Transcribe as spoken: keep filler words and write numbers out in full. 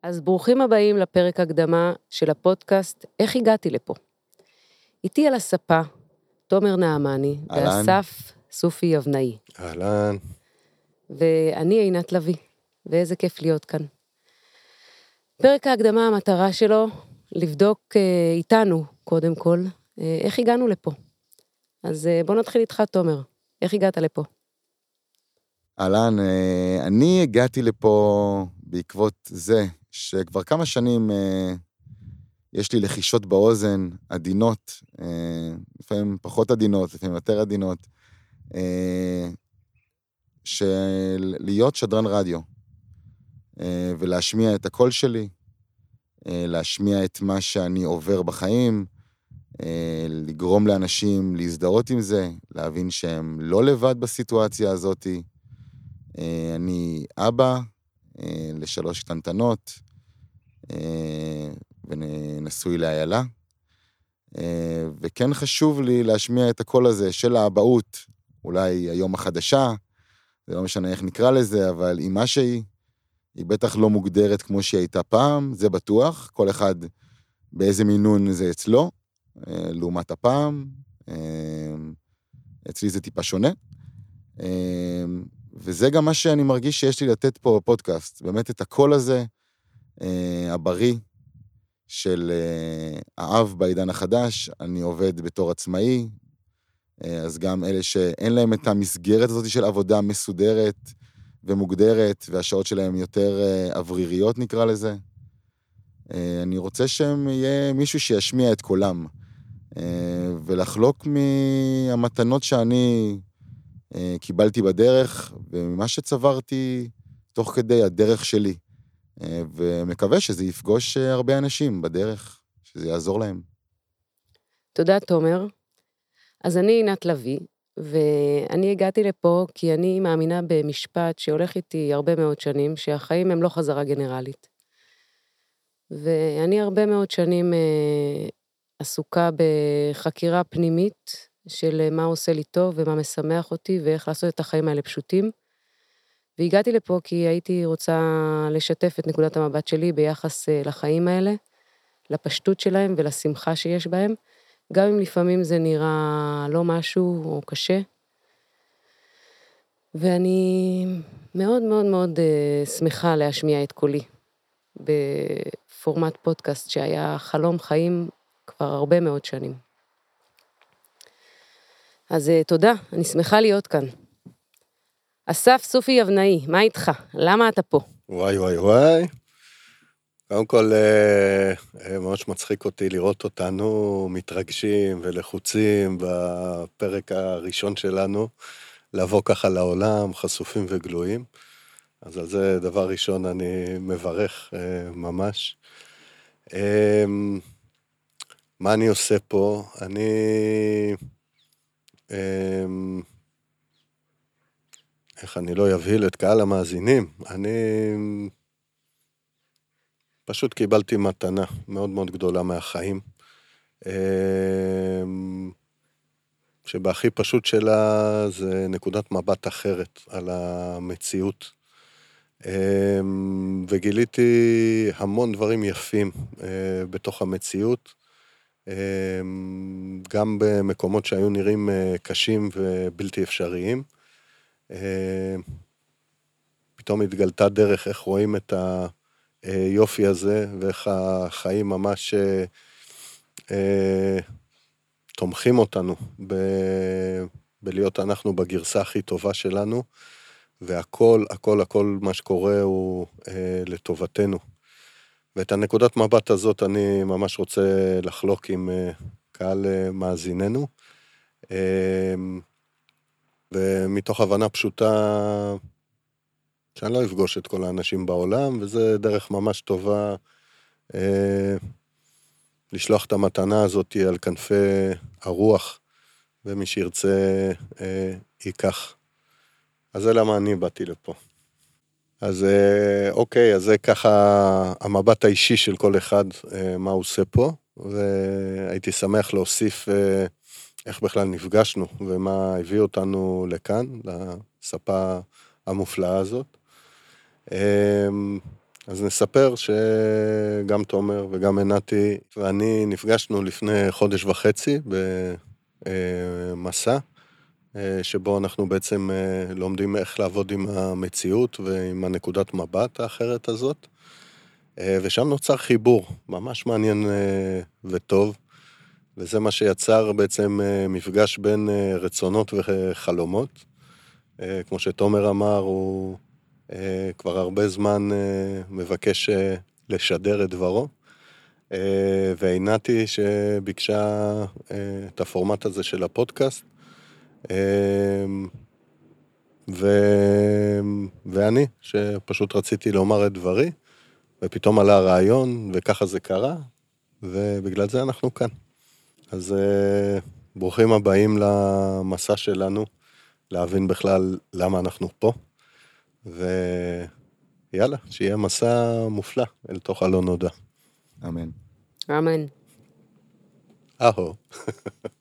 אז ברוכים הבאים לפרק הקדמה של הפודקאסט איך הגעתי לפה. איתי על הספה תומר נעמני ואסף סופי יבנאי. אהלן. ואני עינת לוי, ואיזה כיף להיות כאן. פרק ההקדמה המטרה שלו לבדוק אה, איתנו קודם כל אה, איך הגענו לפה. אז אה, בוא נתחיל איתך תומר, איך הגעת לפה? אהלן, אה, אני הגעתי לפה בעקבות זה שכבר כמה שנים אה, יש לי לחישות באוזן, עדינות, אה, לפעמים פחות עדינות, לפעמים יותר עדינות, אה, של להיות שדרן רדיו, אה, ולהשמיע את הקול שלי, אה, להשמיע את מה שאני עובר בחיים, אה, לגרום לאנשים להזדהות עם זה, להבין שהם לא לבד בסיטואציה הזאת. אה, אני אבא אה, לשלוש קטנטנות, אה, ונשוי לאיילה, אה, וכן חשוב לי להשמיע את הקול הזה של האבהות, אולי היום החדשה, זה לא משנה איך נקרא לזה, אבל אמא שהיא, היא בטח לא מוגדרת כמו שהיא הייתה פעם, זה בטוח, כל אחד באיזה מינון זה אצלו, אה, לעומת הפעם, אה, אצלי זה טיפה שונה, אה, וזה גם מה שאני מרגיש שיש לי לתת פה בפודקאסט, באמת את הקול הזה, אה, הבריא, של אה, האב בעידן החדש, אני עובד בתור עצמאי, אה, אז גם אלה שאין להם את המסגרת הזאת של עבודה מסודרת ומוגדרת, והשעות שלהם יותר אה, אווריריות נקרא לזה, אה, אני רוצה שהם יהיה מישהו שישמיע את קולם, אה, ולחלוק מהמתנות שאני אה, קיבלתי בדרך, וממה שצברתי תוך כדי הדרך שלי, ומקווה שזה יפגוש הרבה אנשים בדרך, שזה יעזור להם. תודה תומר. אז אני עינת לוי, ואני הגעתי לפה כי אני מאמינה במשפט שהולך איתי הרבה מאוד שנים, שהחיים הם לא חזרה גנרלית. ואני הרבה מאוד שנים אה, עסוקה בחקירה פנימית של מה עושה לי טוב ומה משמח אותי ואיך לעשות את החיים האלה פשוטים. והגעתי לפה כי הייתי רוצה לשתף את נקודת המבט שלי ביחס לחיים האלה, לפשטות שלהם ולשמחה שיש בהם, גם אם לפעמים זה נראה לא משהו או קשה. ואני מאוד מאוד מאוד שמחה להשמיע את קולי בפורמט פודקאסט שהיה חלום חיים כבר הרבה מאוד שנים. אז תודה, אני שמחה להיות כאן. אסף סופי יבנאי, מה איתך? למה אתה פה? וואי וואי וואי. קודם כל, ממש מצחיק אותי לראות אותנו מתרגשים ולחוצים בפרק הראשון שלנו, לבוא ככה לעולם, חשופים וגלויים. אז על זה דבר ראשון אני מברך ממש. מה אני עושה פה? אני... איך אני לא יבהיל את קהל המאזינים, אני פשוט קיבלתי מתנה מאוד מאוד גדולה מהחיים, שבהכי פשוט שלה זה נקודת מבט אחרת על המציאות, וגיליתי המון דברים יפים בתוך המציאות, גם במקומות שהיו נראים קשים ובלתי אפשריים, פתאום התגלתה דרך איך רואים את היופי הזה, ואיך החיים ממש תומכים אותנו ב- בלהיות אנחנו בגרסה הכי טובה שלנו, והכל, הכל, הכל מה שקורה הוא לטובתנו. ואת הנקודת מבט הזאת אני ממש רוצה לחלוק עם קהל מאזיננו, ומתוך הבנה פשוטה שאני לא אפגוש את כל האנשים בעולם, וזה דרך ממש טובה אה, לשלוח את המתנה הזאת על כנפי הרוח, ומי שירצה אה, ייקח. אז זה למה אני באתי לפה. אז אה, אוקיי, אז זה ככה המבט האישי של כל אחד, אה, מה הוא עושה פה, והייתי שמח להוסיף אה, איך בכלל נפגשנו, ומה הביא אותנו לכאן, לספה המופלאה הזאת. אז נספר שגם תומר וגם עינתי ואני נפגשנו לפני חודש וחצי במסע, שבו אנחנו בעצם לומדים איך לעבוד עם המציאות ועם הנקודת מבט האחרת הזאת, ושם נוצר חיבור ממש מעניין וטוב, וזה מה שיצר בעצם מפגש בין רצונות וחלומות. כמו שתומר אמר, הוא כבר הרבה זמן מבקש לשדר את דברו, ועינתי שביקשה את הפורמט הזה של הפודקאסט, ו... ואני שפשוט רציתי לומר את דברי, ופתאום עלה הרעיון, וככה זה קרה, ובגלל זה אנחנו כאן. אז ברוכים הבאים למסע שלנו, להבין בכלל למה אנחנו פה, ויאללה, שיהיה מסע מופלא אל תוך הלא נודע. אמן. אמן. אהו.